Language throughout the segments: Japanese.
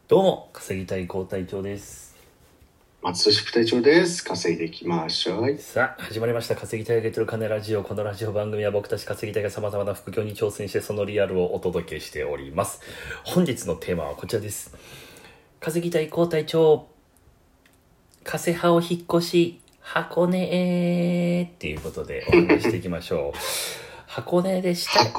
どうも、稼ぎたい高隊長です。 松戸副隊長です。稼いでいきましょう。 さあ、始まりました。稼ぎたいがゲットる金ラジオ。このラジオ番組は僕たち稼ぎたいが様々な副業に挑戦してそのリアルをお届けしております。本日のテーマはこちらです。稼ぎたい高隊長、カセハを引っ越し、箱根へっていうことでお話していきましょう。箱根でしたい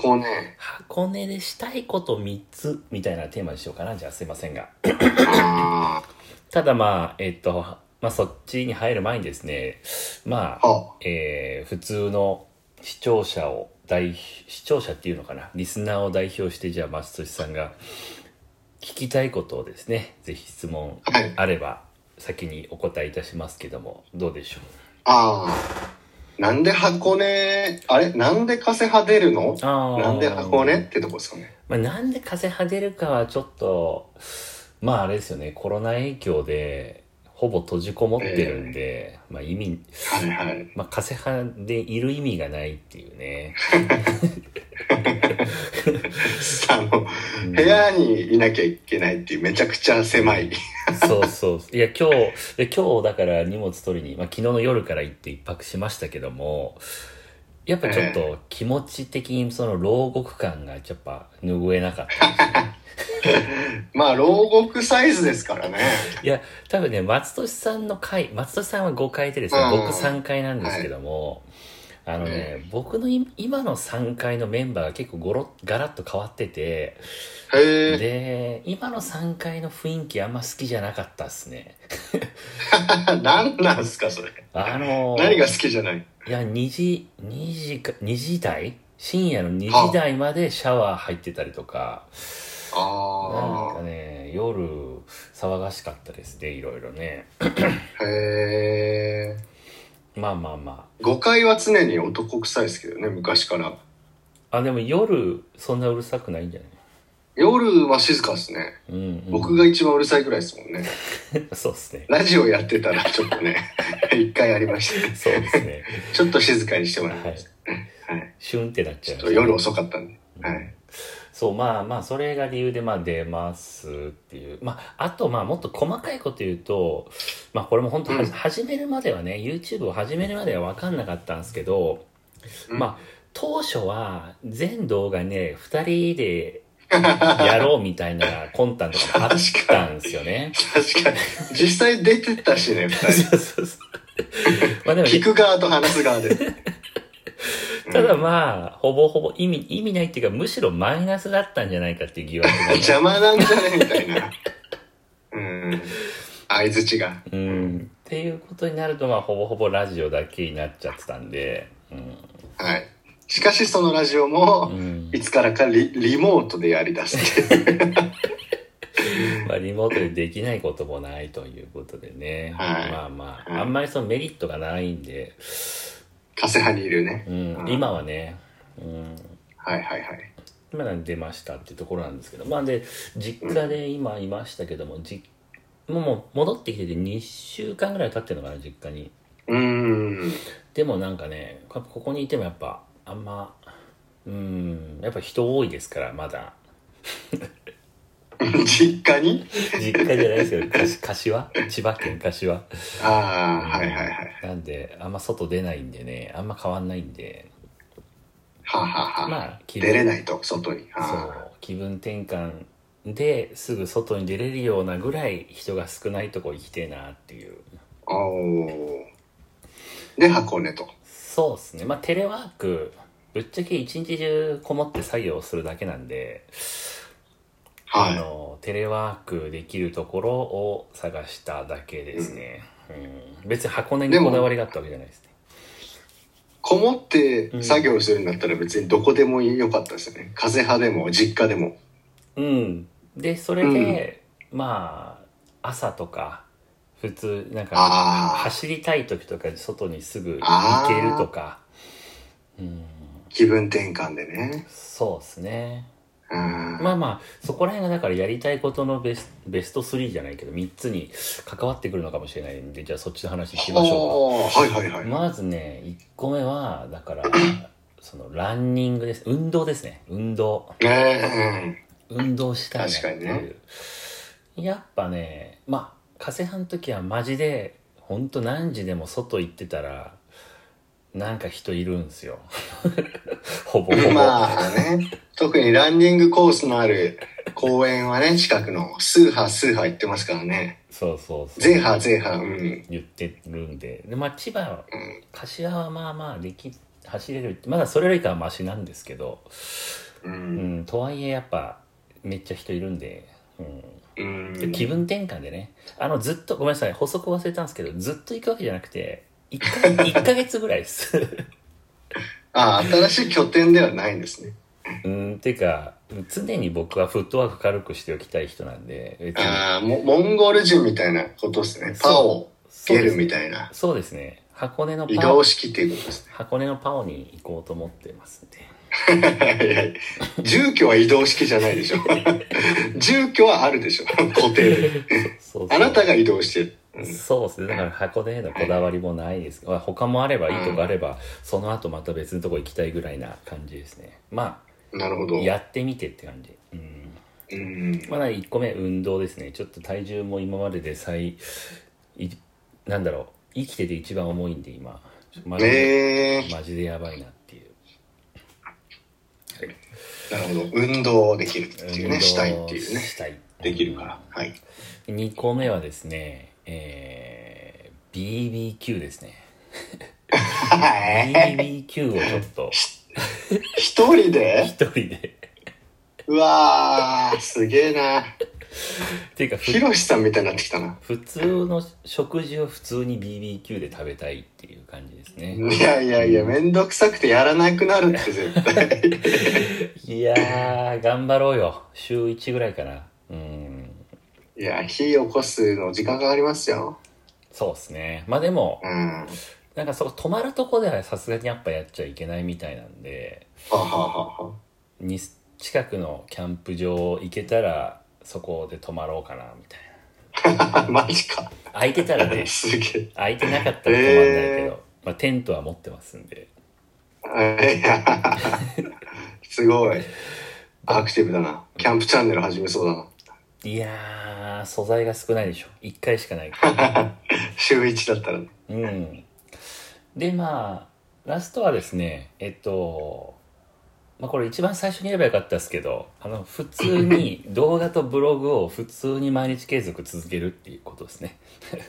こと3つみたいなテーマにしようかな。じゃあすいませんが。ただそっちに入る前にですね、普通の視聴者っていうのかな、リスナーを代表して、じゃあ松俊さんが聞きたいことをですね、ぜひ質問あれば先にお答えいたしますけども、どうでしょう。 なんで箱根、なんでカセハ出るの？なんで箱根ってとこですかね。 なんでカセハ出るかはちょっと、あれですよね、コロナ影響でほぼ閉じこもってるんで、意味、カセハでいる意味がないっていうね。 部屋にいなきゃいけないっていうめちゃくちゃ狭い。 そう。いや、今日だから荷物取りに、昨日の夜から行って一泊しましたけども、やっぱちょっと気持ち的にその牢獄感がやっぱ拭えなかったですね。 牢獄サイズですからね。 いや、多分ね、松俊さんは5階でですね、僕3階なんですけども、僕の今の3階のメンバーが結構ガラッと変わってて、で、今の3階の雰囲気あんま好きじゃなかったっすね。 何なんすかそれ。何が好きじゃない？ いや、2時台深夜の2時台までシャワー入ってたりとか、なんかね、夜騒がしかったですね、いろいろね。 へー。5階は常に男臭いですけどね、昔から。 でも夜そんなうるさくないんじゃない？ 夜は静かですね。僕が一番うるさいぐらいですもんね。 そうですね。 ラジオやってたらちょっとね、一回ありましたね。 そうですね。 ちょっと静かにしてもらいました。 はい。シュンってなっちゃいました、ね。 ちょっと夜遅かったんで。はい。 そう、それが理由で出ますっていう。あともっと細かいこと言うと、これも本当始めるまではね、YouTube を始めるまでは分かんなかったんですけど、当初は全動画ね、2人でやろうみたいな魂胆とかもあったんですよね。 確かに。実際出てたしね、2人。そう。でも聞く側と話す側で。 ただほぼほぼ意味ないっていうか、むしろマイナスだったんじゃないかっていう疑惑が、 邪魔なんじゃねみたいな。相づちが。 っていうことになると、ほぼほぼラジオだけになっちゃってたんで。 はい。しかしそのラジオも、いつからかリモートでやりだして。 リモートでできないこともないということでね。あんまりそのメリットがないんで。 カセハにいるね。 今はね。今出ましたっていうところなんですけど。で、実家で今いましたけども、もう戻ってきてて2週間ぐらい経ってるのかな、実家に。でもなんかね、ここにいてもやっぱ、やっぱ人多いですから、まだ。 実家に？ 実家じゃないですけど、柏？千葉県柏。なんで、あんま外出ないんでね、あんま変わんないんで。 出れないと、外に。 そう、気分転換ですぐ外に出れるようなぐらい人が少ないとこ行きてえなっていう。 で、箱根と。 そうですね。テレワーク、ぶっちゃけ一日中こもって作業するだけなんで、テレワークできるところを探しただけですね。別に箱根にこだわりがあったわけじゃないですね。 こもって作業するんだったら別にどこでもよかったですよね。風派でも実家でも。 で、それで、朝とか、普通、走りたい時とかに外にすぐ行けるとか。 気分転換でね。 そうですね。そこら辺がだからやりたいことのベスト3じゃないけど3つに関わってくるのかもしれないんで、じゃあそっちの話いきましょうか。まずね、1個目はだからそのランニングです。運動ですね。運動したいなっていう。 やっぱね、まあ風邪の時はマジでほんと何時でも外行ってたらなんか人いるんですよほぼほぼ。 まあね、特にランニングコースのある公園はね、近くのスーハー言ってますからね。 そうそうそう。 ゼーハー、うん。 言ってるんで。で、まあ千葉、 うん、 柏はまあまあ走れる。まだそれよりかはマシなんですけど、 うん。 うん、とはいえやっぱめっちゃ人いるんで、 うん、 気分転換でね、ずっと、ごめんなさい、補足忘れたんですけど、ずっと行くわけじゃなくて、1ヶ月ぐらいです。 ああ、新しい拠点ではないんですね。 ていうか、常に僕はフットワーク軽くしておきたい人なんで、別にああ、モンゴル人みたいなことですね。パオ、ゲルみたいな。 そうですね。箱根の移動式っていうことですね。 箱根のパオに行こうと思ってますんで。 住居は移動式じゃないでしょ。住居はあるでしょ。固定で。 そうあなたが移動してる。 そうですね。だから箱根へのこだわりもないですけど、他もあればいいとこあれば、その後また別のとこ行きたいぐらいな感じですね。まあ、 なるほど。 やってみてって感じ。まだ1個目運動ですね。ちょっと体重も今まででなんだろう、生きてて一番重いんで今マジでやばいなっていう、 はい、なるほど。運動できるっていうね、したいっていうね、できるから。はい。 2個目はですね、BBQ ですね。BBQ をちょっと一人でうわー、すげえな。っていうかヒロシさんみたいになってきたな。 普通の食事を普通に BBQ で食べたいっていう感じですね。 いや、めんどくさくてやらなくなるって絶対。 いやー、頑張ろうよ。週1ぐらいかな。 いや、火起こすの時間かかりますよ。 そうですね。まあでも、なんかそこ泊まるとこではさすがにやっぱやっちゃいけないみたいなんで、近くのキャンプ場行けたらそこで泊まろうかなみたいな。 マジか。 空いてたらね、 すげえ。 空いてなかったら泊まんないけど、まあテントは持ってますんで。 すごい。アクティブだな。キャンプチャンネル始めそうだな。 いやー、素材が少ないでしょ。1回しかないから。 週1だったらね。 で、まあ、ラストはですね、まあこれ一番最初に言えばよかったですけど、普通に動画とブログを普通に毎日継続続けるっていうことですね。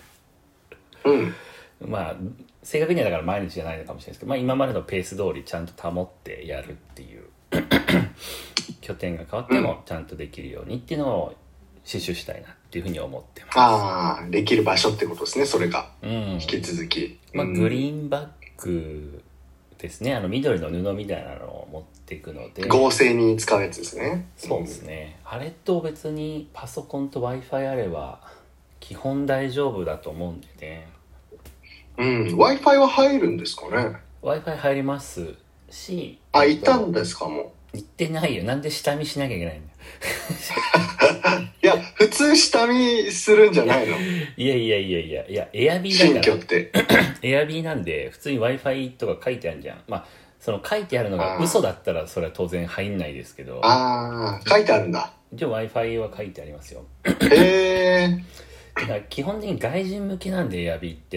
まあ、正確にはだから毎日じゃないのかもしれないですけど、まあ今までのペース通りちゃんと保ってやるっていう。拠点が変わってもちゃんとできるようにっていうのを刺繍したいなっていうふうに思ってます。 ああ、できる場所ってことですね、それが。引き続き。 まあ、グリーンバッグですね。緑の布みたいなのを持っていくので。 合成に使うやつですね。 そうですね。あれと別にパソコンと Wi-Fi あれば基本大丈夫だと思うんでね。 Wi-Fi は入るんですかね。 Wi-Fi 入りますし。 行ったんですか、もう。 行ってないよ。なんで下見しなきゃいけないんだよ。 いや、普通下見するんじゃないの？ いや、エアビーだから。 新居って。 エアビーなんで、普通に Wi-Fi とか書いてあるじゃん。まあ、その書いてあるのが嘘だったらそれは当然入んないですけど。 書いてあるんだ。 一応 Wi-Fi は書いてありますよ。 へー。 だから基本的に外人向きなんでエアビーって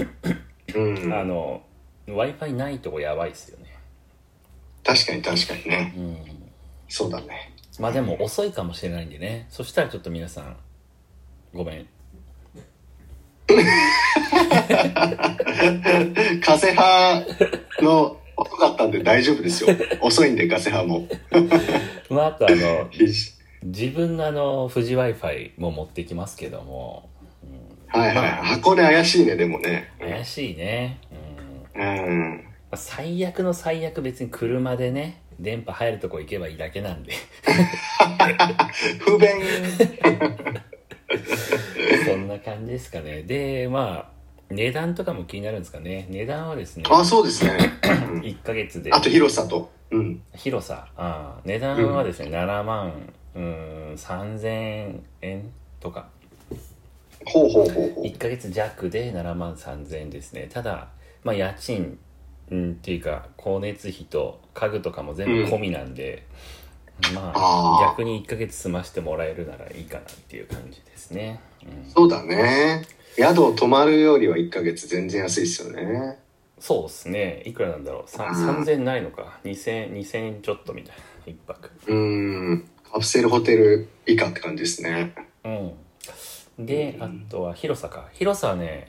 。Wi-Fi ないとこやばいっすよね。 確かにね。そうだね。 まあでも遅いかもしれないんでね。そしたらちょっと皆さんごめん。 風派の遅かったんで大丈夫ですよ。遅いんで風派も。 まああと自分の富士 Wi-Fi も持ってきますけども。 箱根怪しいね、でもね。 怪しいね。最悪の最悪別に車でね電波入るとこ行けばいいだけなんで不便そんな感じですかね。でまあ値段とかも気になるんですかね。値段はですね、 そうですね。 1ヶ月で、 あと広さと、 広さ、値段はですね、7万3000円とか。1ヶ月弱で7万3000円ですね。ただまあ家賃っていうか光熱費と家具とかも全部込みなんで、 まあ逆に1ヶ月済ましてもらえるならいいかなっていう感じですね。 そうだね。宿を泊まるよりは1ヶ月全然安いですよね。 そうですね。いくらなんだろう。3000ないのか。2000円ちょっとみたいな、1泊。 カプセルホテル以下って感じですね。 で、あとは広さか。広さはね、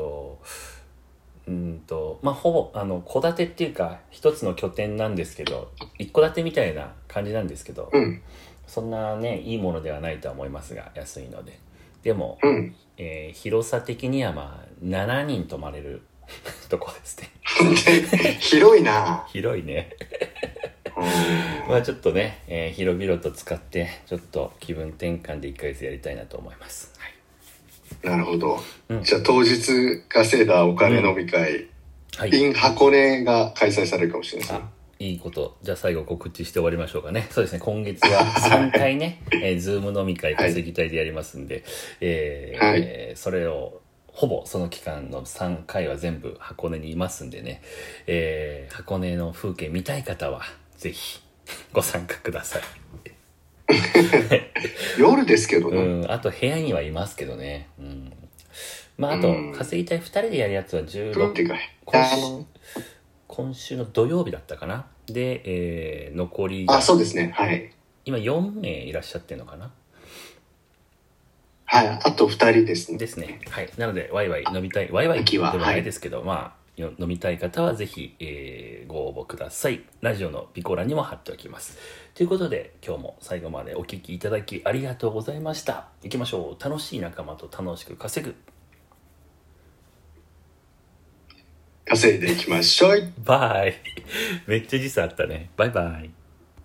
まあ、ほぼ、戸建てっていうか、一つの拠点なんですけど、一戸建てみたいな感じなんですけど、そんなね、いいものではないとは思いますが、安いので。でも、広さ的にはまあ、7人泊まれるとこですね。 広いな。 広いね。まあちょっとね、広々と使って、ちょっと気分転換で1ヶ月やりたいなと思います。 なるほど。じゃあ当日稼いだお金飲み会、in 箱根が開催されるかもしれないですね。 いいこと。じゃあ最後告知して終わりましょうかね。そうですね。今月は3回ね、ズーム飲み会稼ぎ隊でやりますんで、それを、ほぼその期間の3回は全部箱根にいますんでね、箱根の風景見たい方は、ぜひご参加ください。 夜ですけどね。 あと部屋にはいますけどね。まああと、稼ぎたい2人でやるやつは16、今週の土曜日だったかな。で、残りが。そうですね。はい。 今4名いらっしゃってるのかな。 はい。あと2人ですね。 ですね。はい。なので、ワイワイ飲みたい。ワイワイでもないですけど、まあ、飲みたい方はぜひ、ご応募ください。ラジオの備考欄にも貼っておきます。ということで、今日も最後までお聞きいただきありがとうございました。行きましょう。楽しい仲間と楽しく稼ぐ。 稼いでいきましょう。 バイ。めっちゃ時差あったね。バイバイ。